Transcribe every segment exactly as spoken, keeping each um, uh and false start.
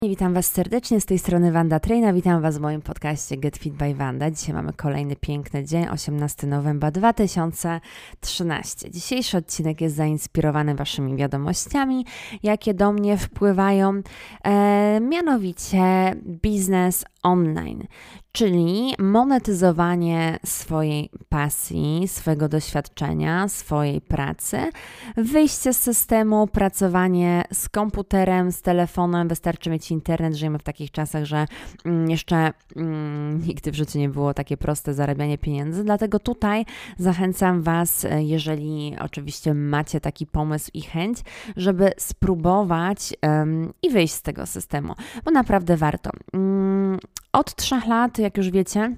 Witam Was serdecznie, z tej strony Wanda Trejna, witam Was w moim podcaście Get Fit by Wanda. Dzisiaj mamy kolejny piękny dzień, osiemnastego nowembra dwa tysiące trzynastego. Dzisiejszy odcinek jest zainspirowany Waszymi wiadomościami, jakie do mnie wpływają, e, mianowicie biznes online, czyli monetyzowanie swojej pasji, swojego doświadczenia, swojej pracy, wyjście z systemu, pracowanie z komputerem, z telefonem, wystarczy mieć internet. Żyjemy w takich czasach, że mm, jeszcze mm, nigdy w życiu nie było takie proste zarabianie pieniędzy, dlatego tutaj zachęcam Was, jeżeli oczywiście macie taki pomysł i chęć, żeby spróbować um, i wyjść z tego systemu, bo naprawdę warto. Um, Od trzech lat, jak już wiecie,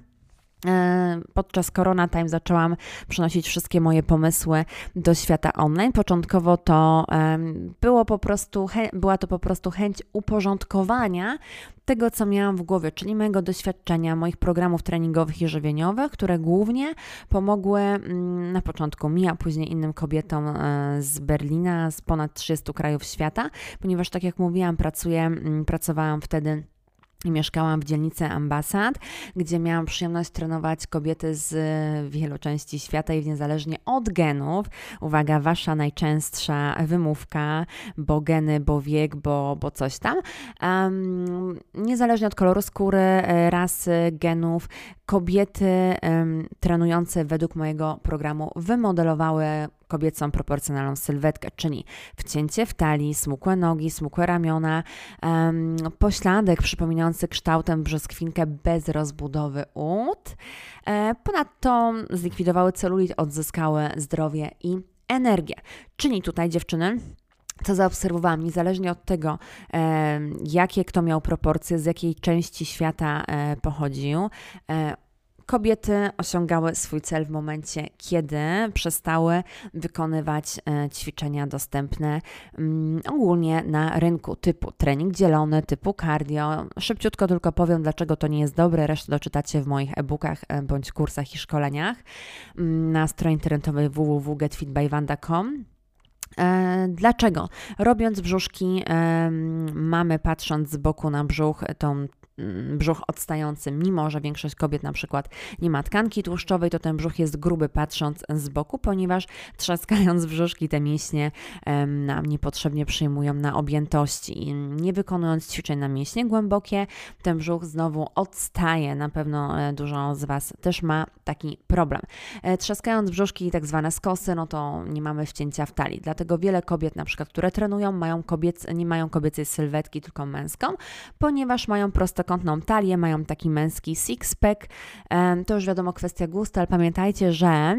podczas Corona Time zaczęłam przenosić wszystkie moje pomysły do świata online. Początkowo to było po prostu, była to po prostu chęć uporządkowania tego, co miałam w głowie, czyli mojego doświadczenia, moich programów treningowych i żywieniowych, które głównie pomogły na początku mi, a później innym kobietom z Berlina, z ponad trzydziestu krajów świata, ponieważ tak jak mówiłam, pracuję, pracowałam wtedy i mieszkałam w dzielnicy Ambasad, gdzie miałam przyjemność trenować kobiety z wielu części świata i niezależnie od genów, uwaga, Wasza najczęstsza wymówka, bo geny, bo wiek, bo, bo coś tam, um, niezależnie od koloru skóry, rasy, genów, kobiety um, trenujące według mojego programu wymodelowały kobiecą proporcjonalną sylwetkę, czyli wcięcie w talii, smukłe nogi, smukłe ramiona, um, pośladek przypominający kształtem brzoskwinkę bez rozbudowy ud. E, ponadto zlikwidowały celulit, odzyskały zdrowie i energię. Czyli tutaj, dziewczyny, co zaobserwowałam, niezależnie od tego, e, jakie kto miał proporcje, z jakiej części świata e, pochodził, e, kobiety osiągały swój cel w momencie, kiedy przestały wykonywać e, ćwiczenia dostępne mm, ogólnie na rynku typu trening dzielony, typu cardio. Szybciutko tylko powiem, dlaczego to nie jest dobre. Resztę doczytacie w moich e-bookach e, bądź kursach i szkoleniach mm, na stronie internetowej w w w kropka get fit by wanda kropka com. E, dlaczego? Robiąc brzuszki, e, mamy patrząc z boku na brzuch tą brzuch odstający, mimo że większość kobiet na przykład nie ma tkanki tłuszczowej, to ten brzuch jest gruby patrząc z boku, ponieważ trzaskając brzuszki te mięśnie um, nam niepotrzebnie przyjmują na objętości i nie wykonując ćwiczeń na mięśnie głębokie, ten brzuch znowu odstaje. Na pewno dużo z Was też ma taki problem. E, trzaskając brzuszki i tak zwane skosy, no to nie mamy wcięcia w talii. Dlatego wiele kobiet na przykład, które trenują, mają kobiec, nie mają kobiecej sylwetki, tylko męską, ponieważ mają prostokątną talię, mają taki męski six-pack. To już wiadomo kwestia gustu, ale pamiętajcie, że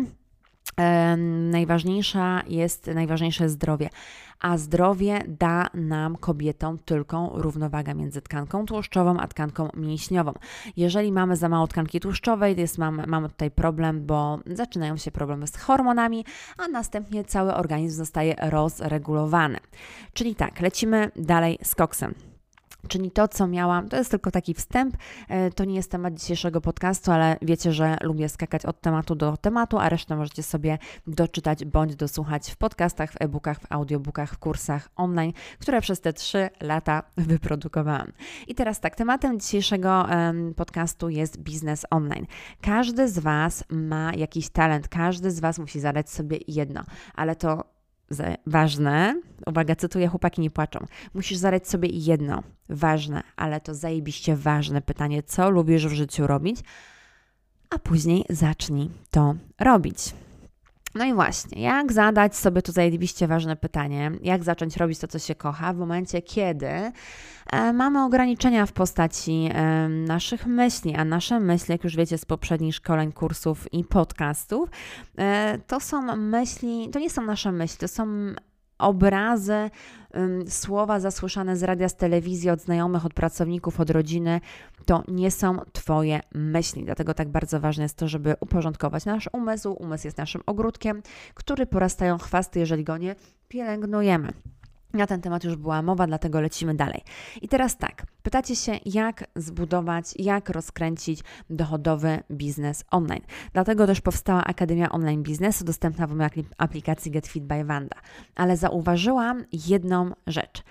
najważniejsza jest, najważniejsze jest zdrowie, a zdrowie da nam kobietom tylko równowaga między tkanką tłuszczową a tkanką mięśniową. Jeżeli mamy za mało tkanki tłuszczowej, jest, mamy, mamy tutaj problem, bo zaczynają się problemy z hormonami, a następnie cały organizm zostaje rozregulowany. Czyli tak, lecimy dalej z koksem. Czyli to, co miałam, to jest tylko taki wstęp, to nie jest temat dzisiejszego podcastu, ale wiecie, że lubię skakać od tematu do tematu, a resztę możecie sobie doczytać bądź dosłuchać w podcastach, w e-bookach, w audiobookach, w kursach online, które przez te trzy lata wyprodukowałam. I teraz tak, tematem dzisiejszego um, podcastu jest biznes online. Każdy z Was ma jakiś talent, każdy z Was musi zadać sobie jedno, ale to ważne, uwaga, cytuję, chłopaki nie płaczą, musisz zadać sobie jedno ważne, ale to zajebiście ważne pytanie, co lubisz w życiu robić, a później zacznij to robić. No i właśnie, jak zadać sobie to zajebiście ważne pytanie, jak zacząć robić to, co się kocha w momencie, kiedy e, mamy ograniczenia w postaci e, naszych myśli, a nasze myśli, jak już wiecie z poprzednich szkoleń, kursów i podcastów, e, to są myśli, to nie są nasze myśli, to są obrazy, um, słowa zasłyszane z radia, z telewizji, od znajomych, od pracowników, od rodziny, to nie są Twoje myśli. Dlatego tak bardzo ważne jest to, żeby uporządkować nasz umysł. Umysł jest naszym ogródkiem, który porastają chwasty, jeżeli go nie pielęgnujemy. Na ten temat już była mowa, dlatego lecimy dalej. I teraz tak, pytacie się, jak zbudować, jak rozkręcić dochodowy biznes online. Dlatego też powstała Akademia Online Biznesu, dostępna w mojej aplikacji Get Fit by Wanda. Ale zauważyłam jedną rzecz.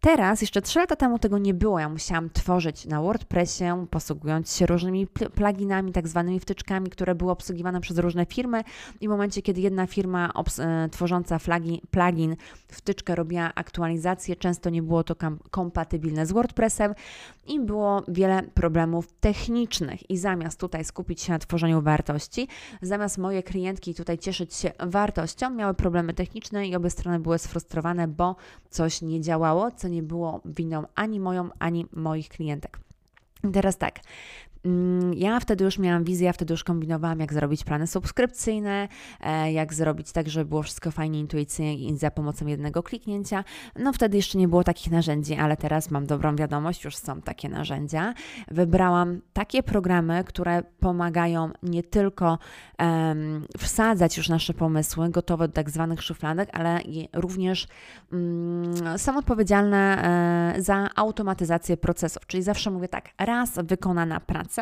Teraz, jeszcze trzy lata temu tego nie było. Ja musiałam tworzyć na WordPressie, posługując się różnymi pluginami, tak zwanymi wtyczkami, które były obsługiwane przez różne firmy i w momencie, kiedy jedna firma obs- e, tworząca flagi, plugin, wtyczkę robiła aktualizację, często nie było to kam- kompatybilne z WordPressem i było wiele problemów technicznych i zamiast tutaj skupić się na tworzeniu wartości, zamiast moje klientki tutaj cieszyć się wartością, miały problemy techniczne i obie strony były sfrustrowane, bo coś nie działało, co nie było winą ani moją, ani moich klientek. I teraz tak, ja wtedy już miałam wizję, ja wtedy już kombinowałam, jak zrobić plany subskrypcyjne, jak zrobić tak, żeby było wszystko fajnie, intuicyjnie i za pomocą jednego kliknięcia. No wtedy jeszcze nie było takich narzędzi, ale teraz mam dobrą wiadomość, już są takie narzędzia. Wybrałam takie programy, które pomagają nie tylko um, wsadzać już nasze pomysły gotowe do tak zwanych szufladek, ale również um, są odpowiedzialne e, za automatyzację procesów. Czyli zawsze mówię tak, raz wykonana praca,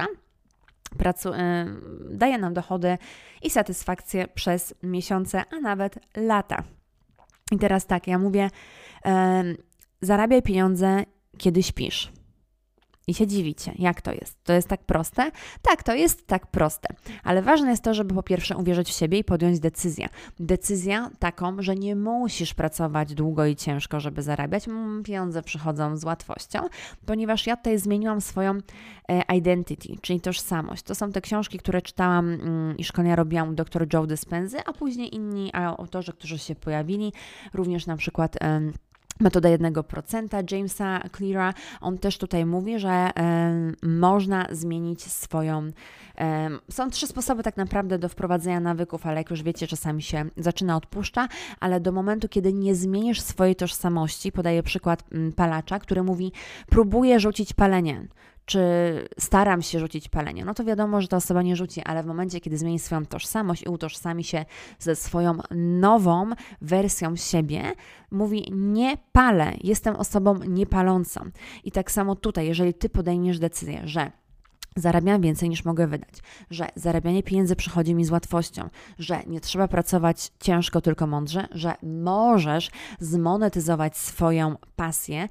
Pracu, yy, daje nam dochody i satysfakcję przez miesiące, a nawet lata. I teraz tak, ja mówię, yy, zarabiaj pieniądze, kiedy śpisz. I się dziwicie, jak to jest? To jest tak proste? Tak, to jest tak proste, ale ważne jest to, żeby po pierwsze uwierzyć w siebie i podjąć decyzję. Decyzja taką, że nie musisz pracować długo i ciężko, żeby zarabiać. Pieniądze przychodzą z łatwością, ponieważ ja tutaj zmieniłam swoją identity, czyli tożsamość. To są te książki, które czytałam i szkolenia robiłam u doktor Joe Dispenzy, a później inni autorzy, którzy się pojawili, również na przykład Metoda jednego procenta Jamesa Cleara, on też tutaj mówi, że y, można zmienić swoją... Y, są trzy sposoby tak naprawdę do wprowadzenia nawyków, ale jak już wiecie, czasami się zaczyna odpuszcza, ale do momentu, kiedy nie zmienisz swojej tożsamości, podaję przykład y, palacza, który mówi, próbuję rzucić palenie, czy staram się rzucić palenie, no to wiadomo, że ta osoba nie rzuci, ale w momencie, kiedy zmieni swoją tożsamość i utożsami się ze swoją nową wersją siebie, mówi, nie palę, jestem osobą niepalącą. I tak samo tutaj, jeżeli Ty podejmiesz decyzję, że zarabiam więcej niż mogę wydać, że zarabianie pieniędzy przychodzi mi z łatwością, że nie trzeba pracować ciężko, tylko mądrze, że możesz zmonetyzować swoją pasję,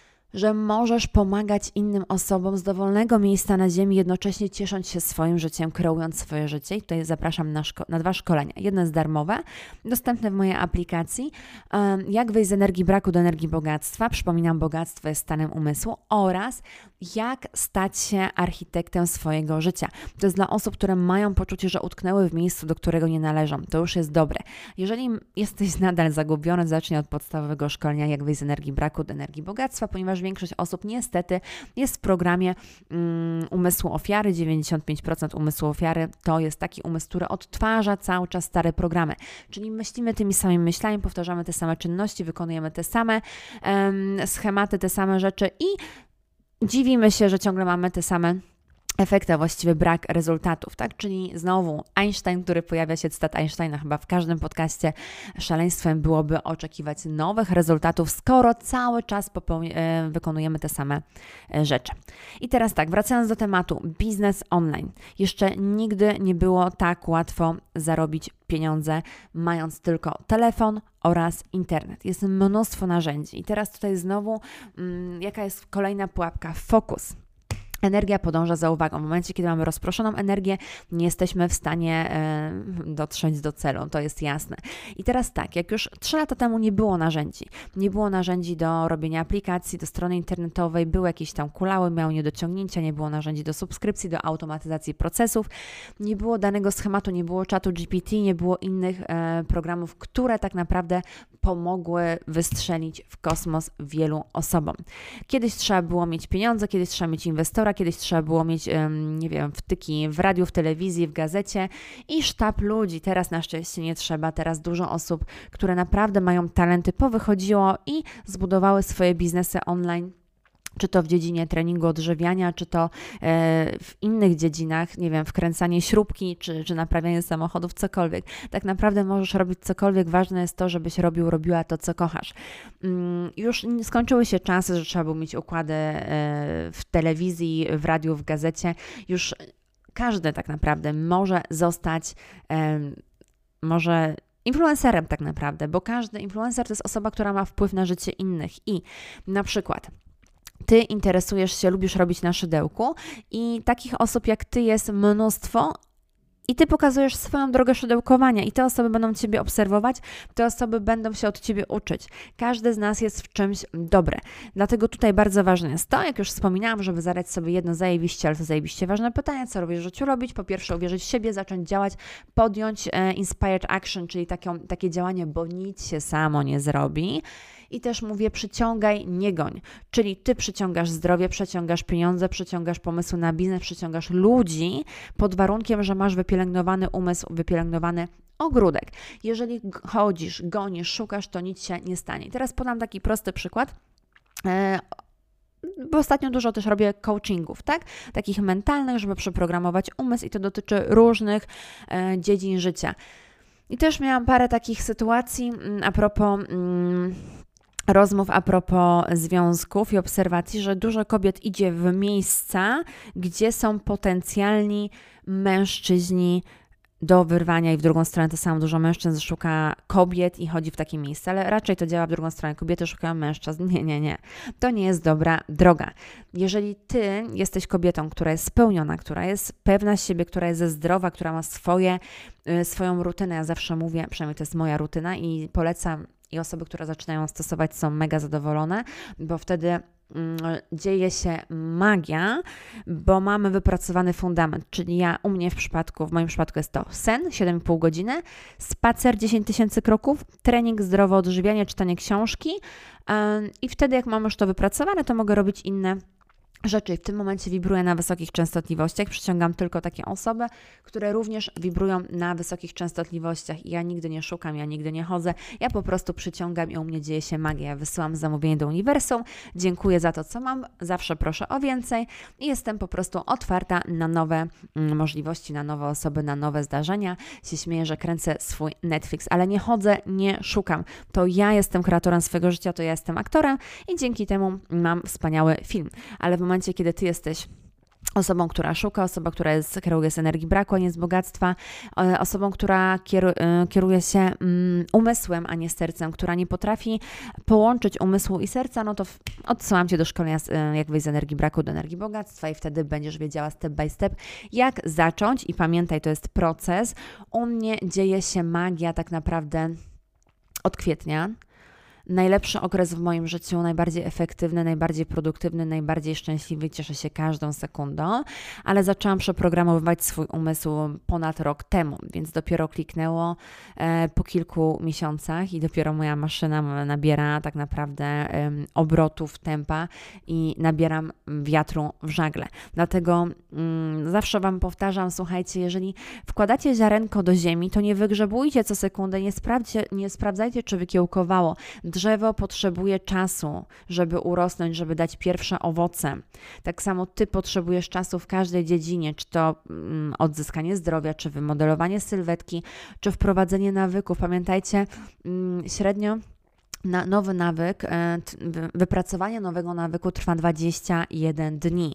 że możesz pomagać innym osobom z dowolnego miejsca na ziemi, jednocześnie ciesząc się swoim życiem, kreując swoje życie. I tutaj zapraszam na, szko- na dwa szkolenia. Jedno jest darmowe, dostępne w mojej aplikacji. Um, jak wyjść z energii braku do energii bogactwa. Przypominam, bogactwo jest stanem umysłu. Oraz jak stać się architektem swojego życia. To jest dla osób, które mają poczucie, że utknęły w miejscu, do którego nie należą. To już jest dobre. Jeżeli jesteś nadal zagubiony, zacznij od podstawowego szkolenia, jak wyjść z energii braku do energii bogactwa, ponieważ większość osób niestety jest w programie um, umysłu ofiary. dziewięćdziesiąt pięć procent umysłu ofiary to jest taki umysł, który odtwarza cały czas stare programy. Czyli myślimy tymi samymi myślami, powtarzamy te same czynności, wykonujemy te same um, schematy, te same rzeczy i dziwimy się, że ciągle mamy te same efekty, a właściwie brak rezultatów, tak? Czyli znowu Einstein, który pojawia się, cytat Einsteina chyba w każdym podcaście, szaleństwem byłoby oczekiwać nowych rezultatów, skoro cały czas popeł- wykonujemy te same rzeczy. I teraz tak, wracając do tematu, biznes online. Jeszcze nigdy nie było tak łatwo zarobić pieniądze, mając tylko telefon oraz internet. Jest mnóstwo narzędzi. I teraz tutaj znowu, mm, jaka jest kolejna pułapka? Fokus. Energia podąża za uwagą. W momencie, kiedy mamy rozproszoną energię, nie jesteśmy w stanie e, dotrzeć do celu, to jest jasne. I teraz tak, jak już trzy lata temu nie było narzędzi, nie było narzędzi do robienia aplikacji, do strony internetowej, były jakieś tam kulały, miały niedociągnięcia, nie było narzędzi do subskrypcji, do automatyzacji procesów, nie było danego schematu, nie było czatu G P T, nie było innych e, programów, które tak naprawdę pomogły wystrzelić w kosmos wielu osobom. Kiedyś trzeba było mieć pieniądze, kiedyś trzeba mieć inwestora, kiedyś trzeba było mieć, nie wiem, wtyki w radiu, w telewizji, w gazecie i sztab ludzi. Teraz na szczęście nie trzeba. Teraz dużo osób, które naprawdę mają talenty, powychodziło i zbudowały swoje biznesy online. Czy to w dziedzinie treningu odżywiania, czy to w innych dziedzinach, nie wiem, wkręcanie śrubki, czy, czy naprawianie samochodów, cokolwiek. Tak naprawdę możesz robić cokolwiek, ważne jest to, żebyś robił, robiła to, co kochasz. Już skończyły się czasy, że trzeba było mieć układy w telewizji, w radiu, w gazecie. Już każdy tak naprawdę może zostać, może influencerem tak naprawdę, bo każdy influencer to jest osoba, która ma wpływ na życie innych i na przykład Ty interesujesz się, lubisz robić na szydełku i takich osób jak Ty jest mnóstwo i Ty pokazujesz swoją drogę szydełkowania i te osoby będą Ciebie obserwować, te osoby będą się od Ciebie uczyć. Każdy z nas jest w czymś dobry. Dlatego tutaj bardzo ważne jest to, jak już wspominałam, żeby zadać sobie jedno zajebiście, ale to zajebiście ważne pytanie, co robisz w życiu robić. Po pierwsze uwierzyć w siebie, zacząć działać, podjąć e, inspired action, czyli taką, takie działanie, bo nic się samo nie zrobi. I też mówię, przyciągaj, nie goń. Czyli Ty przyciągasz zdrowie, przyciągasz pieniądze, przyciągasz pomysły na biznes, przyciągasz ludzi pod warunkiem, że masz wypielęgnowany umysł, wypielęgnowany ogródek. Jeżeli chodzisz, gonisz, szukasz, to nic się nie stanie. I teraz podam taki prosty przykład. E, Bo ostatnio dużo też robię coachingów, tak? Takich mentalnych, żeby przeprogramować umysł i to dotyczy różnych e, dziedzin życia. I też miałam parę takich sytuacji a propos... Mm, rozmów a propos związków i obserwacji, że dużo kobiet idzie w miejsca, gdzie są potencjalni mężczyźni do wyrwania i w drugą stronę to samo dużo mężczyzn szuka kobiet i chodzi w takie miejsca, ale raczej to działa w drugą stronę. Kobiety szukają mężczyzn. Nie, nie, nie. To nie jest dobra droga. Jeżeli Ty jesteś kobietą, która jest spełniona, która jest pewna siebie, która jest zdrowa, która ma swoje, swoją rutynę, ja zawsze mówię, przynajmniej to jest moja rutyna i polecam i osoby, które zaczynają stosować, są mega zadowolone, bo wtedy mm, dzieje się magia, bo mamy wypracowany fundament, czyli ja u mnie w przypadku, w moim przypadku jest to sen, siedem i pół godziny, spacer dziesięć tysięcy kroków, trening, zdrowe odżywianie, czytanie książki yy, i wtedy jak mam już to wypracowane, to mogę robić inne rzeczy. I w tym momencie wibruję na wysokich częstotliwościach. Przyciągam tylko takie osoby, które również wibrują na wysokich częstotliwościach. I ja nigdy nie szukam, ja nigdy nie chodzę. Ja po prostu przyciągam i u mnie dzieje się magia. Ja wysyłam zamówienie do uniwersum. Dziękuję za to, co mam. Zawsze proszę o więcej. I jestem po prostu otwarta na nowe mm, możliwości, na nowe osoby, na nowe zdarzenia. Się śmieję, że kręcę swój Netflix, ale nie chodzę, nie szukam. To ja jestem kreatorem swojego życia, to ja jestem aktorem i dzięki temu mam wspaniały film. Ale w momencie, kiedy Ty jesteś osobą, która szuka, osobą, która jest, kieruje z energii braku, a nie z bogactwa, osobą, która kieru, kieruje się um, umysłem, a nie sercem, która nie potrafi połączyć umysłu i serca, no to w, odsyłam Cię do szkolenia z, jak wyjść z energii braku do energii bogactwa i wtedy będziesz wiedziała step by step, jak zacząć i pamiętaj, to jest proces. U mnie dzieje się magia tak naprawdę od kwietnia. Najlepszy okres w moim życiu, najbardziej efektywny, najbardziej produktywny, najbardziej szczęśliwy, cieszę się każdą sekundą, ale zaczęłam przeprogramowywać swój umysł ponad rok temu, więc dopiero kliknęło e, po kilku miesiącach i dopiero moja maszyna nabiera tak naprawdę e, obrotów, tempa i nabieram wiatru w żagle. Dlatego mm, zawsze Wam powtarzam, słuchajcie, jeżeli wkładacie ziarenko do ziemi, to nie wygrzebujcie co sekundę, nie, sprawdźcie, nie sprawdzajcie, czy wykiełkowało. Drzewo potrzebuje czasu, żeby urosnąć, żeby dać pierwsze owoce. Tak samo Ty potrzebujesz czasu w każdej dziedzinie, czy to mm, odzyskanie zdrowia, czy wymodelowanie sylwetki, czy wprowadzenie nawyków. Pamiętajcie, mm, średnio na nowy nawyk, e, wypracowanie nowego nawyku trwa dwadzieścia jeden dni.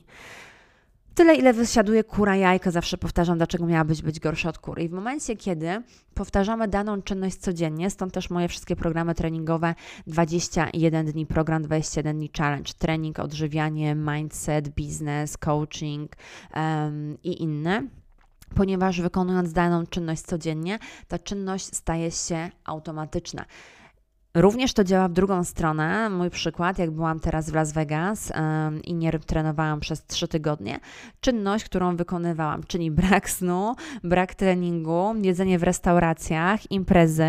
Tyle, ile wysiaduje kura jajka, zawsze powtarzam, dlaczego miałabyś być gorsza od kury. I w momencie, kiedy powtarzamy daną czynność codziennie, stąd też moje wszystkie programy treningowe, dwadzieścia jeden dni program, dwadzieścia jeden dni challenge, trening, odżywianie, mindset, biznes, coaching um, i inne. Ponieważ wykonując daną czynność codziennie, ta czynność staje się automatyczna. Również to działa w drugą stronę. Mój przykład, jak byłam teraz w Las Vegas um, i nie trenowałam przez trzy tygodnie, czynność, którą wykonywałam, czyli brak snu, brak treningu, jedzenie w restauracjach, imprezy,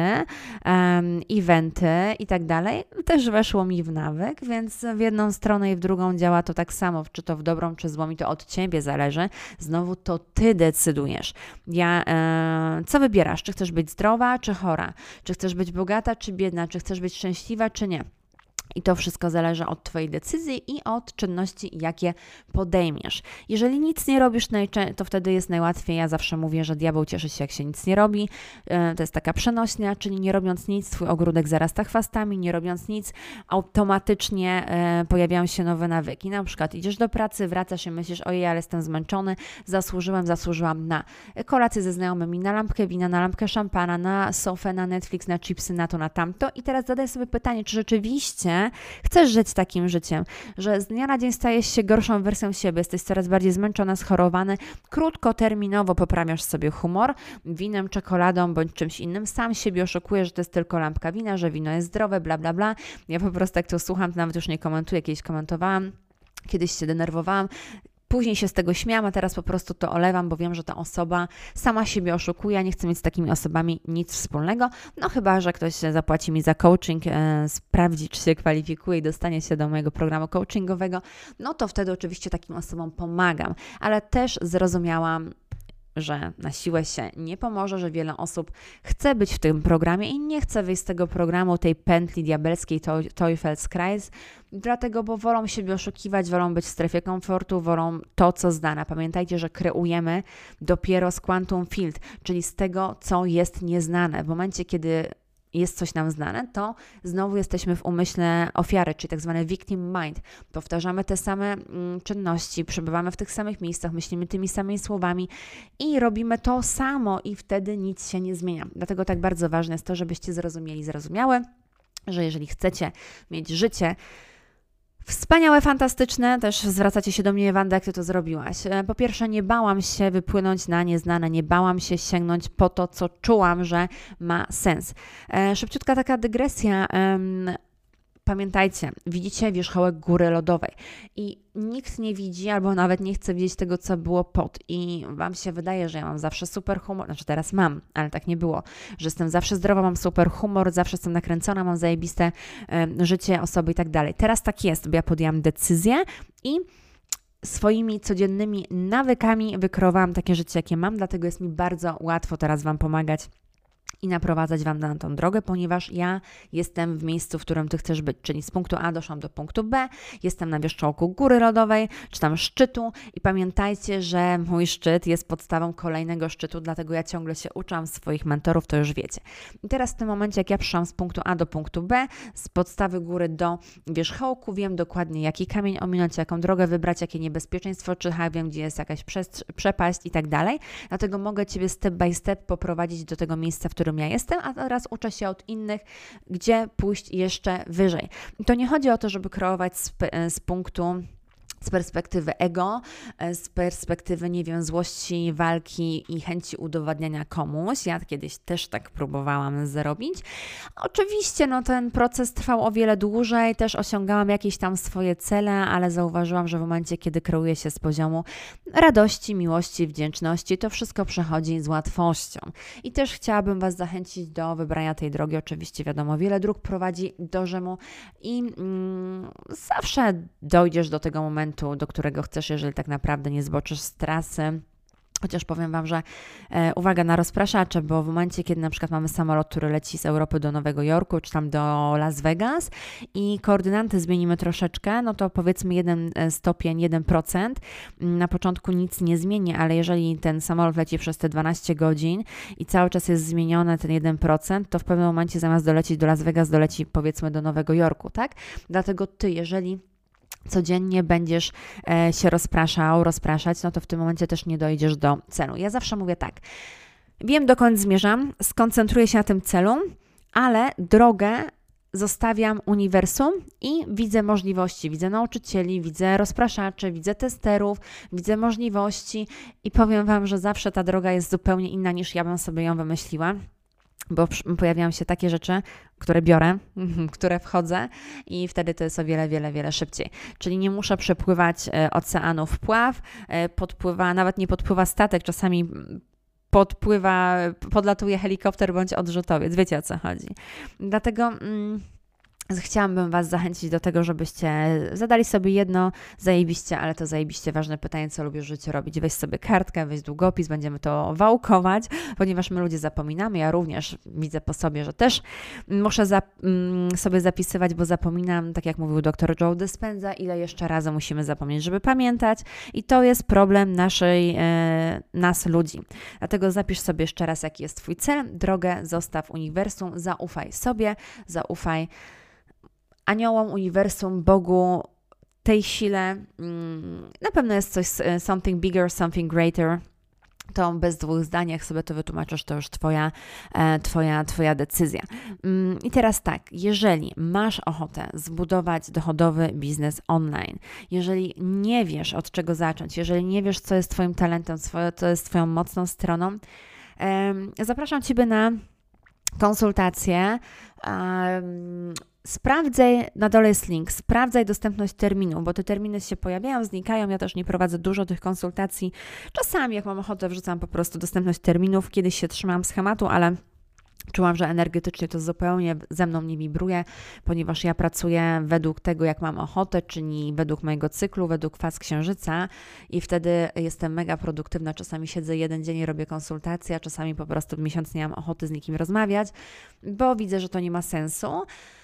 um, eventy i tak dalej, też weszło mi w nawyk, więc w jedną stronę i w drugą działa to tak samo, czy to w dobrą, czy złą, i to od Ciebie zależy. Znowu to Ty decydujesz. Ja, e, co wybierasz? Czy chcesz być zdrowa, czy chora? Czy chcesz być bogata, czy biedna? Czy chcesz być szczęśliwa, czy nie? I to wszystko zależy od Twojej decyzji i od czynności, jakie podejmiesz. Jeżeli nic nie robisz, to wtedy jest najłatwiej. Ja zawsze mówię, że diabeł cieszy się, jak się nic nie robi. To jest taka przenośnia, czyli nie robiąc nic, Twój ogródek zarasta chwastami, nie robiąc nic, automatycznie pojawiają się nowe nawyki. Na przykład idziesz do pracy, wracasz i myślisz, ojej, ale jestem zmęczony, zasłużyłem, zasłużyłam na kolację ze znajomymi, na lampkę wina, na lampkę szampana, na sofę, na Netflix, na chipsy, na to, na tamto. I teraz zadaj sobie pytanie, czy rzeczywiście chcesz żyć takim życiem, że z dnia na dzień stajesz się gorszą wersją siebie, jesteś coraz bardziej zmęczona, schorowany, krótkoterminowo poprawiasz sobie humor winem, czekoladą bądź czymś innym, sam siebie oszukujesz, że to jest tylko lampka wina, że wino jest zdrowe, bla, bla, bla. Ja po prostu jak to słucham, to nawet już nie komentuję, kiedyś komentowałam, kiedyś się denerwowałam, później się z tego śmiałam, a teraz po prostu to olewam, bo wiem, że ta osoba sama siebie oszukuje, a nie chcę mieć z takimi osobami nic wspólnego. No chyba, że ktoś zapłaci mi za coaching, e, sprawdzi, czy się kwalifikuje i dostanie się do mojego programu coachingowego, no to wtedy oczywiście takim osobom pomagam. Ale też zrozumiałam, że na siłę się nie pomoże, że wiele osób chce być w tym programie i nie chce wyjść z tego programu, tej pętli diabelskiej Teufelskreis, dlatego, bo wolą siebie oszukiwać, wolą być w strefie komfortu, wolą to, co znane. Pamiętajcie, że kreujemy dopiero z quantum field, czyli z tego, co jest nieznane. W momencie, kiedy jest coś nam znane, to znowu jesteśmy w umyśle ofiary, czyli tak zwany victim mind. Powtarzamy te same mm, czynności, przebywamy w tych samych miejscach, myślimy tymi samymi słowami i robimy to samo i wtedy nic się nie zmienia. Dlatego tak bardzo ważne jest to, żebyście zrozumieli, zrozumiały, że jeżeli chcecie mieć życie wspaniałe, fantastyczne, też zwracacie się do mnie, Wanda, jak Ty to zrobiłaś. Po pierwsze, nie bałam się wypłynąć na nieznane, nie bałam się sięgnąć po to, co czułam, że ma sens. E, szybciutka taka dygresja. Em, Pamiętajcie, widzicie wierzchołek góry lodowej i nikt nie widzi albo nawet nie chce widzieć tego, co było pod i Wam się wydaje, że ja mam zawsze super humor, znaczy teraz mam, ale tak nie było, że jestem zawsze zdrowa, mam super humor, zawsze jestem nakręcona, mam zajebiste y, życie, osoby i tak dalej. Teraz tak jest, bo ja podjęłam decyzję i swoimi codziennymi nawykami wykreowałam takie życie, jakie mam, dlatego jest mi bardzo łatwo teraz Wam pomagać i naprowadzać Wam na tą drogę, ponieważ ja jestem w miejscu, w którym Ty chcesz być, czyli z punktu A doszłam do punktu B, jestem na wierzchołku góry lodowej, czy tam szczytu i pamiętajcie, że mój szczyt jest podstawą kolejnego szczytu, dlatego ja ciągle się uczam swoich mentorów, to już wiecie. I teraz w tym momencie, jak ja przyszłam z punktu A do punktu B, z podstawy góry do wierzchołku, wiem dokładnie, jaki kamień ominąć, jaką drogę wybrać, jakie niebezpieczeństwo czyha, wiem, gdzie jest jakaś przepaść i tak dalej, dlatego mogę Ciebie step by step poprowadzić do tego miejsca, w którym ja jestem, a teraz uczę się od innych, gdzie pójść jeszcze wyżej. I to nie chodzi o to, żeby kreować z, z punktu z perspektywy ego, z perspektywy, nie wiem, złości, walki i chęci udowadniania komuś. Ja kiedyś też tak próbowałam zrobić. Oczywiście, no ten proces trwał o wiele dłużej, też osiągałam jakieś tam swoje cele, ale zauważyłam, że w momencie, kiedy kreuje się z poziomu radości, miłości, wdzięczności, to wszystko przechodzi z łatwością. I też chciałabym Was zachęcić do wybrania tej drogi. Oczywiście, wiadomo, wiele dróg prowadzi do Rzymu i mm, zawsze dojdziesz do tego momentu, do którego chcesz, jeżeli tak naprawdę nie zboczysz z trasy. Chociaż powiem Wam, że e, uwaga na rozpraszacze, bo w momencie, kiedy na przykład mamy samolot, który leci z Europy do Nowego Jorku, czy tam do Las Vegas i koordynaty zmienimy troszeczkę, no to powiedzmy jeden stopień, jeden procent. Na początku nic nie zmieni, ale jeżeli ten samolot leci przez te dwanaście godzin i cały czas jest zmieniony ten jeden procent, to w pewnym momencie zamiast dolecieć do Las Vegas, doleci powiedzmy do Nowego Jorku, tak? Dlatego Ty, jeżeli codziennie będziesz e, się rozpraszał, rozpraszać, no to w tym momencie też nie dojdziesz do celu. Ja zawsze mówię tak, wiem dokąd zmierzam, skoncentruję się na tym celu, ale drogę zostawiam uniwersum i widzę możliwości, widzę nauczycieli, widzę rozpraszaczy, widzę testerów, widzę możliwości i powiem Wam, że zawsze ta droga jest zupełnie inna niż ja bym sobie ją wymyśliła. Bo pojawiają się takie rzeczy, które biorę, które wchodzę i wtedy to jest o wiele, wiele, wiele szybciej. Czyli nie muszę przepływać oceanu w pław, podpływa, nawet nie podpływa statek, czasami podpływa, podlatuje helikopter bądź odrzutowiec. Wiecie, o co chodzi. Dlatego... Mm, Chciałabym Was zachęcić do tego, żebyście zadali sobie jedno zajebiście, ale to zajebiście ważne pytanie, co lubisz w życiu robić. Weź sobie kartkę, weź długopis, będziemy to wałkować, ponieważ my ludzie zapominamy. Ja również widzę po sobie, że też muszę zap- sobie zapisywać, bo zapominam, tak jak mówił doktor Joe Dispenza, ile jeszcze razy musimy zapomnieć, żeby pamiętać. I to jest problem naszej, e, nas ludzi. Dlatego zapisz sobie jeszcze raz, jaki jest Twój cel, drogę zostaw uniwersum, zaufaj sobie, zaufaj aniołom, uniwersum, Bogu, tej sile. Na pewno jest coś, something bigger, something greater. To bez dwóch zdań, jak sobie to wytłumaczysz, to już twoja, twoja, twoja decyzja. I teraz tak, jeżeli masz ochotę zbudować dochodowy biznes online, jeżeli nie wiesz, od czego zacząć, jeżeli nie wiesz, co jest twoim talentem, co jest twoją mocną stroną, zapraszam Ciebie na konsultację. Sprawdzaj, na dole jest link, sprawdzaj dostępność terminu, bo te terminy się pojawiają, znikają, ja też nie prowadzę dużo tych konsultacji. Czasami, jak mam ochotę, wrzucam po prostu dostępność terminów, kiedyś się trzymałam schematu, ale czułam, że energetycznie to zupełnie ze mną nie wibruje, ponieważ ja pracuję według tego, jak mam ochotę, czyli według mojego cyklu, według faz księżyca i wtedy jestem mega produktywna. Czasami siedzę jeden dzień i robię konsultacje, a czasami po prostu w miesiąc nie mam ochoty z nikim rozmawiać, bo widzę, że to nie ma sensu.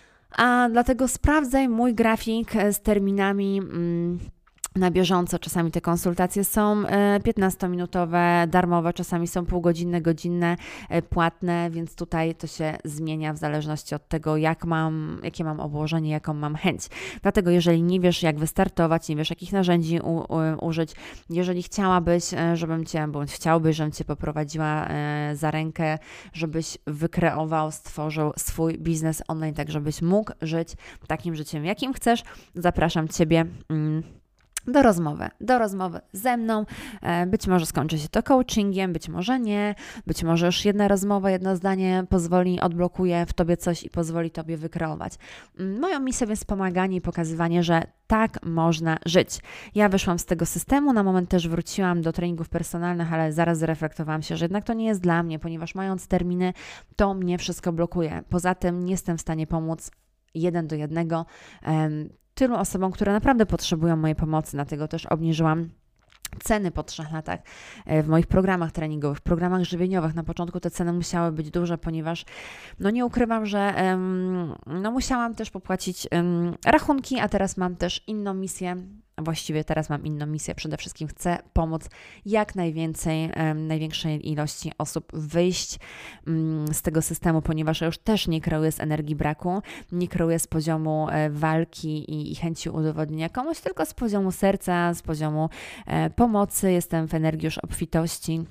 A dlatego sprawdzaj mój grafik z terminami mm, na bieżąco. Czasami te konsultacje są piętnastominutowe, darmowe, czasami są półgodzinne, godzinne, płatne, więc tutaj to się zmienia w zależności od tego, jak mam, jakie mam obłożenie, jaką mam chęć. Dlatego jeżeli nie wiesz, jak wystartować, nie wiesz, jakich narzędzi u, u, użyć, jeżeli chciałabyś, żebym Cię, bądź chciałbyś, żebym Cię poprowadziła za rękę, żebyś wykreował, stworzył swój biznes online, tak żebyś mógł żyć takim życiem, jakim chcesz, zapraszam Ciebie mm, do rozmowy, do rozmowy ze mną. Być może skończy się to coachingiem, być może nie, być może już jedna rozmowa, jedno zdanie pozwoli, odblokuje w Tobie coś i pozwoli Tobie wykreować. Moją misją jest pomaganie i pokazywanie, że tak można żyć. Ja wyszłam z tego systemu, na moment też wróciłam do treningów personalnych, ale zaraz zreflektowałam się, że jednak to nie jest dla mnie, ponieważ mając terminy, to mnie wszystko blokuje. Poza tym nie jestem w stanie pomóc jeden do jednego um, tylu osobom, które naprawdę potrzebują mojej pomocy, dlatego też obniżyłam ceny po trzech latach w moich programach treningowych, w programach żywieniowych. Na początku te ceny musiały być duże, ponieważ no nie ukrywam, że um, no musiałam też popłacić um, rachunki, a teraz mam też inną misję. Właściwie teraz mam inną misję. Przede wszystkim chcę pomóc jak najwięcej, um, największej ilości osób wyjść um, z tego systemu, ponieważ ja już też nie kreuję z energii braku, nie kreuję z poziomu e, walki i, i chęci udowodnienia komuś, tylko z poziomu serca, z poziomu e, pomocy. Jestem w energii już obfitości.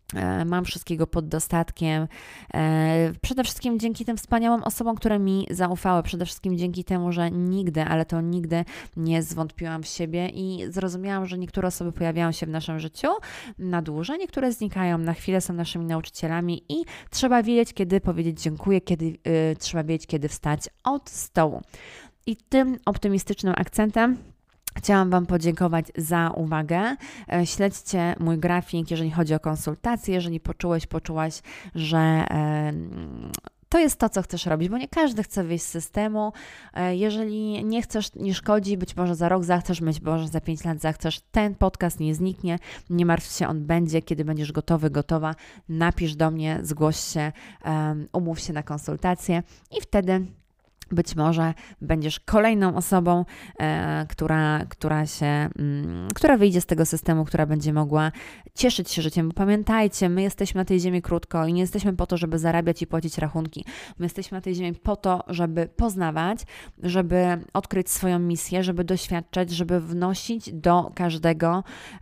Mam wszystkiego pod dostatkiem. Przede wszystkim dzięki tym wspaniałym osobom, które mi zaufały. Przede wszystkim dzięki temu, że nigdy, ale to nigdy nie zwątpiłam w siebie i zrozumiałam, że niektóre osoby pojawiają się w naszym życiu na dłużej, niektóre znikają, na chwilę są naszymi nauczycielami i trzeba wiedzieć, kiedy powiedzieć dziękuję, kiedy yy, trzeba wiedzieć, kiedy wstać od stołu. I tym optymistycznym akcentem chciałam Wam podziękować za uwagę. Śledźcie mój grafik, jeżeli chodzi o konsultacje, jeżeli poczułeś, poczułaś, że e, to jest to, co chcesz robić, bo nie każdy chce wyjść z systemu. Jeżeli nie chcesz, nie szkodzi, być może za rok zachcesz, być może za pięć lat zachcesz, ten podcast nie zniknie, nie martw się, on będzie, kiedy będziesz gotowy, gotowa, napisz do mnie, zgłoś się, um, umów się na konsultację i wtedy być może będziesz kolejną osobą, e, która, która się, mm, która wyjdzie z tego systemu, która będzie mogła cieszyć się życiem. Bo pamiętajcie, my jesteśmy na tej ziemi krótko i nie jesteśmy po to, żeby zarabiać i płacić rachunki. My jesteśmy na tej ziemi po to, żeby poznawać, żeby odkryć swoją misję, żeby doświadczać, żeby wnosić do każdego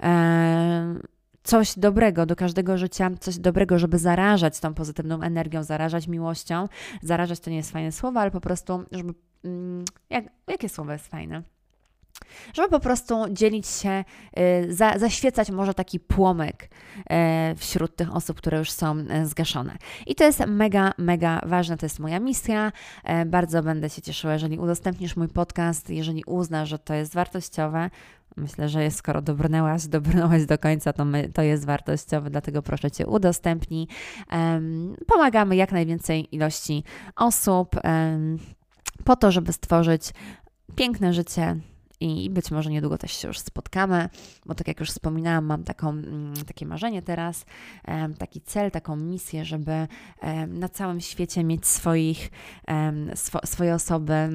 e, coś dobrego, do każdego życia, coś dobrego, żeby zarażać tą pozytywną energią, zarażać miłością. Zarażać to nie jest fajne słowo, ale po prostu, żeby... Jak, jakie słowo jest fajne? Żeby po prostu dzielić się, za, zaświecać może taki płomyk wśród tych osób, które już są zgaszone. I to jest mega, mega ważne, to jest moja misja. Bardzo będę się cieszyła, jeżeli udostępnisz mój podcast, jeżeli uznasz, że to jest wartościowe. Myślę, że jest, skoro dobrnęłaś, dobrnęłaś do końca, to, my, to jest wartościowe, dlatego proszę Cię, udostępnij. Um, pomagamy jak najwięcej ilości osób. Um, po to, żeby stworzyć piękne życie i być może niedługo też się już spotkamy, bo tak jak już wspominałam, mam taką, takie marzenie teraz, taki cel, taką misję, żeby na całym świecie mieć swoich, swo, swoje osoby,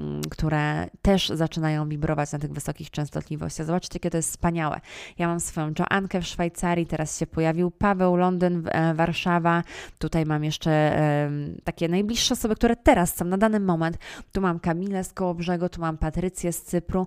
które też zaczynają wibrować na tych wysokich częstotliwościach. Zobaczcie, jakie to jest wspaniałe. Ja mam swoją Joankę w Szwajcarii, teraz się pojawił Paweł, Londyn, Warszawa, tutaj mam jeszcze takie najbliższe osoby, które teraz są na dany moment. Tu mam Kamilę z Kołobrzegu, tu mam Patrycję z Cypru.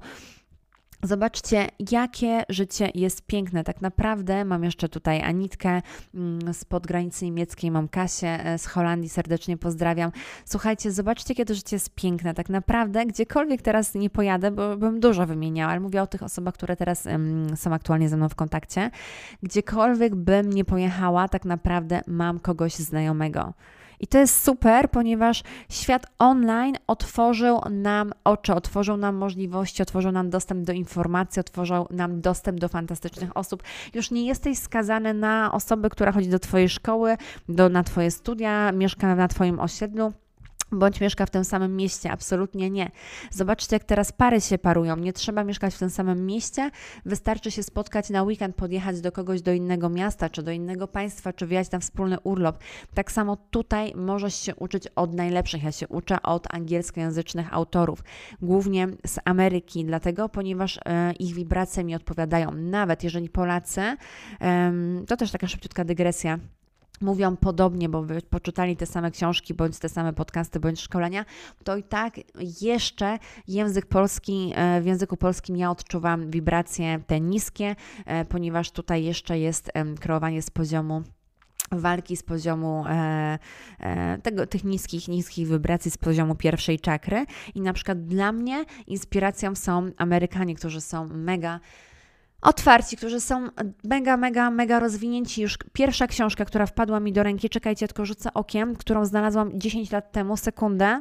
Zobaczcie, jakie życie jest piękne. Tak naprawdę mam jeszcze tutaj Anitkę spod granicy niemieckiej, mam Kasię z Holandii, serdecznie pozdrawiam. Słuchajcie, zobaczcie, jakie to życie jest piękne. Tak naprawdę gdziekolwiek teraz nie pojadę, bo bym dużo wymieniała, ale mówię o tych osobach, które teraz um, są aktualnie ze mną w kontakcie. Gdziekolwiek bym nie pojechała, tak naprawdę mam kogoś znajomego. I to jest super, ponieważ świat online otworzył nam oczy, otworzył nam możliwości, otworzył nam dostęp do informacji, otworzył nam dostęp do fantastycznych osób. Już nie jesteś skazany na osobę, która chodzi do Twojej szkoły, do, na Twoje studia, mieszka na Twoim osiedlu, bądź mieszka w tym samym mieście. Absolutnie nie. Zobaczcie, jak teraz pary się parują. Nie trzeba mieszkać w tym samym mieście. Wystarczy się spotkać na weekend, podjechać do kogoś do innego miasta, czy do innego państwa, czy wyjechać na wspólny urlop. Tak samo tutaj możesz się uczyć od najlepszych. Ja się uczę od angielskojęzycznych autorów, głównie z Ameryki, dlatego, ponieważ e, ich wibracje mi odpowiadają. Nawet jeżeli Polacy, e, to też taka szybciutka dygresja, mówią podobnie, bo wy poczytali te same książki, bądź te same podcasty, bądź szkolenia, to i tak jeszcze język polski, w języku polskim ja odczuwam wibracje te niskie, ponieważ tutaj jeszcze jest kreowanie z poziomu walki, z poziomu e, e, tego, tych niskich, niskich wibracji, z poziomu pierwszej czakry. I na przykład dla mnie inspiracją są Amerykanie, którzy są mega otwarci, którzy są mega, mega, mega rozwinięci. Już pierwsza książka, która wpadła mi do ręki, czekajcie, tylko rzucę okiem, którą znalazłam dziesięć lat temu, sekundę.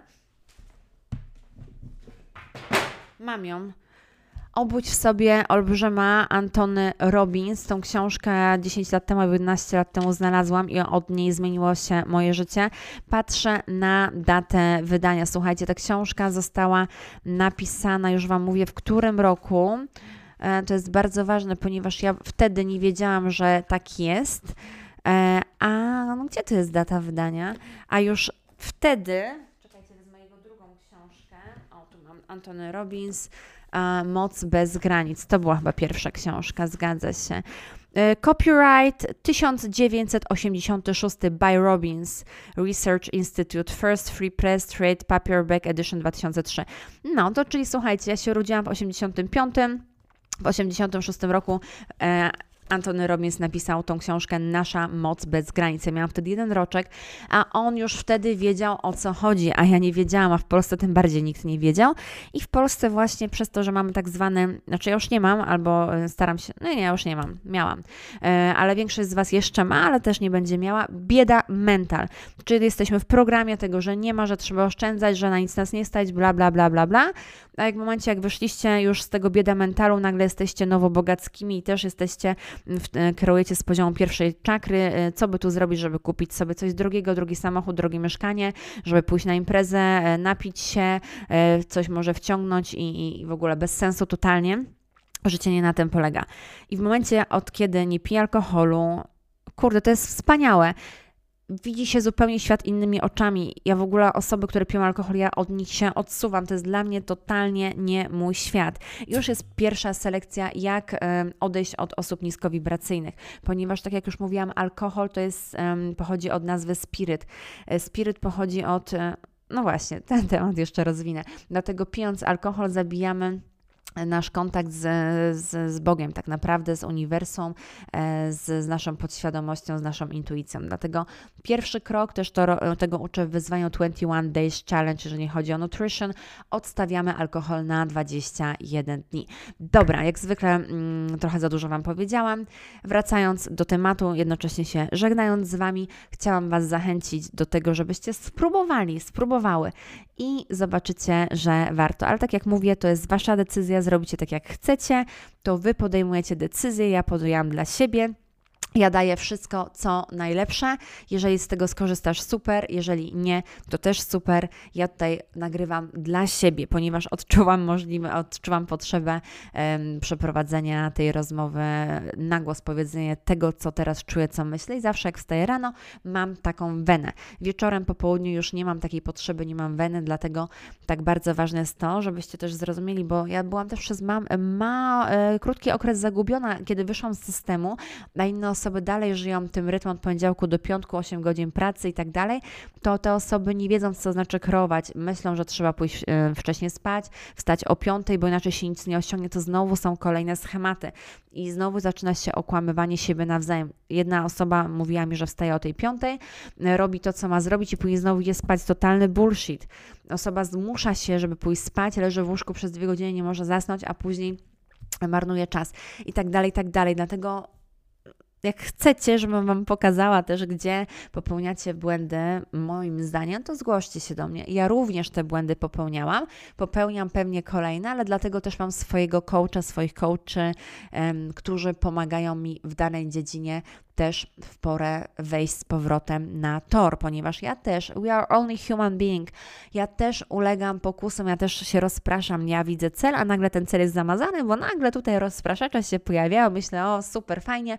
Mam ją. Obudź w sobie olbrzyma Antony Robbins. Tą książkę dziesięć lat temu, jedenaście lat temu znalazłam i od niej zmieniło się moje życie. Patrzę na datę wydania. Słuchajcie, ta książka została napisana, już Wam mówię, w którym roku. To jest bardzo ważne, ponieważ ja wtedy nie wiedziałam, że tak jest. A no, gdzie to jest data wydania? A już wtedy, czekajcie, to jest mojego drugą książkę. O, tu mam Antony Robbins, Moc bez granic. To była chyba pierwsza książka, zgadza się. Copyright tysiąc dziewięćset osiemdziesiąty szósty by Robbins Research Institute, First Free Press Trade Paperback Edition dwa tysiące trzy. No, to czyli słuchajcie, ja się urodziłam w osiemdziesiątym piątym. W osiemdziesiątym szóstym roku e, Antony Robbins napisał tą książkę Nasza moc bez granic. Ja miałam wtedy jeden roczek, a on już wtedy wiedział, o co chodzi, a ja nie wiedziałam, a w Polsce tym bardziej nikt nie wiedział. I w Polsce właśnie przez to, że mamy tak zwane, znaczy ja już nie mam, albo staram się, no nie, ja już nie mam, miałam, e, ale większość z Was jeszcze ma, ale też nie będzie miała, bieda mental. Czyli jesteśmy w programie tego, że nie ma, że trzeba oszczędzać, że na nic nas nie stać, bla, bla, bla, bla, bla. A jak w momencie, jak wyszliście już z tego bieda mentalu, nagle jesteście nowobogackimi i też jesteście, kierujecie z poziomu pierwszej czakry, co by tu zrobić, żeby kupić sobie coś drogiego, drogi samochód, drogie mieszkanie, żeby pójść na imprezę, napić się, coś może wciągnąć i, i w ogóle bez sensu totalnie. Życie nie na tym polega. I w momencie, od kiedy nie piję alkoholu, kurde, to jest wspaniałe. Widzi się zupełnie świat innymi oczami. Ja w ogóle osoby, które piją alkohol, ja od nich się odsuwam. To jest dla mnie totalnie nie mój świat. Już jest pierwsza selekcja, jak odejść od osób niskowibracyjnych, ponieważ tak jak już mówiłam, alkohol to jest, pochodzi od nazwy spiryt. Spiryt pochodzi od, no właśnie, ten temat jeszcze rozwinę. Dlatego pijąc alkohol zabijamy nasz kontakt z, z, z Bogiem, tak naprawdę z uniwersum, z, z naszą podświadomością, z naszą intuicją. Dlatego pierwszy krok, też to, tego uczę w wyzwaniu dwadzieścia jeden Days Challenge, jeżeli chodzi o nutrition, odstawiamy alkohol na dwadzieścia jeden dni. Dobra, jak zwykle mm, trochę za dużo Wam powiedziałam. Wracając do tematu, jednocześnie się żegnając z Wami, chciałam Was zachęcić do tego, żebyście spróbowali, spróbowały i zobaczycie, że warto. Ale tak jak mówię, to jest Wasza decyzja, zrobicie tak jak chcecie, to Wy podejmujecie decyzję, ja podjęłam dla siebie Ja daję wszystko, co najlepsze. Jeżeli z tego skorzystasz, super. Jeżeli nie, to też super. Ja tutaj nagrywam dla siebie, ponieważ odczuwam możliwe, odczuwam potrzebę um, przeprowadzenia tej rozmowy na głos, powiedzenia tego, co teraz czuję, co myślę. I zawsze jak wstaję rano, mam taką wenę. Wieczorem, po południu już nie mam takiej potrzeby, nie mam weny, dlatego tak bardzo ważne jest to, żebyście też zrozumieli, bo ja byłam też przez ma, ma, e, krótki okres zagubiona, kiedy wyszłam z systemu, a inne osoby osoby dalej żyją tym rytmem od poniedziałku do piątku, osiem godzin pracy i tak dalej, to te osoby nie wiedzą, co znaczy kreować. Myślą, że trzeba pójść yy, wcześniej spać, wstać o piątej, bo inaczej się nic nie osiągnie, to znowu są kolejne schematy i znowu zaczyna się okłamywanie siebie nawzajem. Jedna osoba mówiła mi, że wstaje o tej piątej, yy, robi to, co ma zrobić i później znowu idzie spać. Totalny bullshit. Osoba zmusza się, żeby pójść spać, leży w łóżku przez dwie godziny, nie może zasnąć, a później marnuje czas i tak dalej, i tak dalej. Dlatego jak chcecie, żebym Wam pokazała też, gdzie popełniacie błędy, moim zdaniem, to zgłoście się do mnie. Ja również te błędy popełniałam, popełniam pewnie kolejne, ale dlatego też mam swojego coacha, swoich coachy, um, którzy pomagają mi w danej dziedzinie też w porę wejść z powrotem na tor, ponieważ ja też, we are only human being, ja też ulegam pokusom, ja też się rozpraszam, ja widzę cel, a nagle ten cel jest zamazany, bo nagle tutaj rozpraszacze się pojawiają, myślę, o super, fajnie,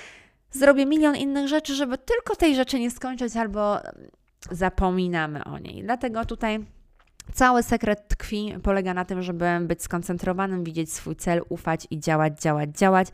zrobię milion innych rzeczy, żeby tylko tej rzeczy nie skończyć albo zapominamy o niej. Dlatego tutaj cały sekret tkwi, polega na tym, żeby być skoncentrowanym, widzieć swój cel, ufać i działać, działać, działać.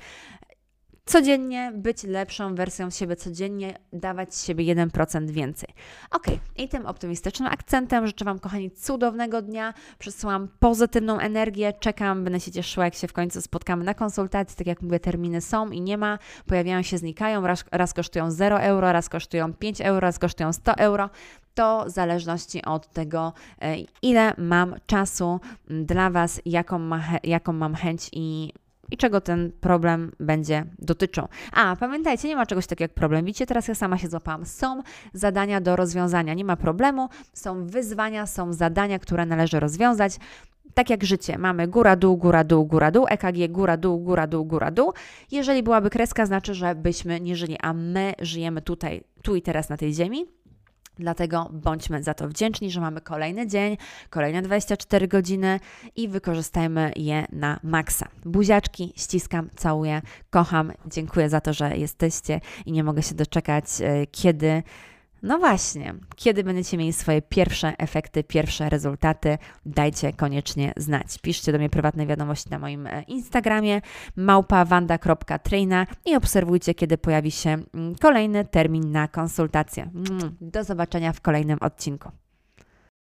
Codziennie być lepszą wersją siebie, codziennie dawać siebie jeden procent więcej. Ok, i tym optymistycznym akcentem życzę Wam, kochani, cudownego dnia. Przesyłam pozytywną energię, czekam, będę się cieszyła, jak się w końcu spotkamy na konsultacji. Tak jak mówię, terminy są i nie ma, pojawiają się, znikają, raz, raz kosztują zero euro, raz kosztują pięć euro, raz kosztują sto euro. To w zależności od tego, ile mam czasu dla Was, jaką, ma, jaką mam chęć i i czego ten problem będzie dotyczył. A, pamiętajcie, nie ma czegoś takiego jak problem. Widzicie, teraz ja sama się złapałam. Są zadania do rozwiązania, nie ma problemu, są wyzwania, są zadania, które należy rozwiązać. Tak jak życie, mamy góra, dół, góra, dół, góra, dół, E K G, góra, dół, góra, dół, góra, dół. Jeżeli byłaby kreska, znaczy, że byśmy nie żyli, a my żyjemy tutaj, tu i teraz na tej ziemi. Dlatego bądźmy za to wdzięczni, że mamy kolejny dzień, kolejne dwadzieścia cztery godziny i wykorzystajmy je na maksa. Buziaczki, ściskam, całuję, kocham, dziękuję za to, że jesteście i nie mogę się doczekać, kiedy... No właśnie, kiedy będziecie mieli swoje pierwsze efekty, pierwsze rezultaty, dajcie koniecznie znać. Piszcie do mnie prywatne wiadomości na moim Instagramie małpa wanda kropka trejna i obserwujcie, kiedy pojawi się kolejny termin na konsultację. Do zobaczenia w kolejnym odcinku.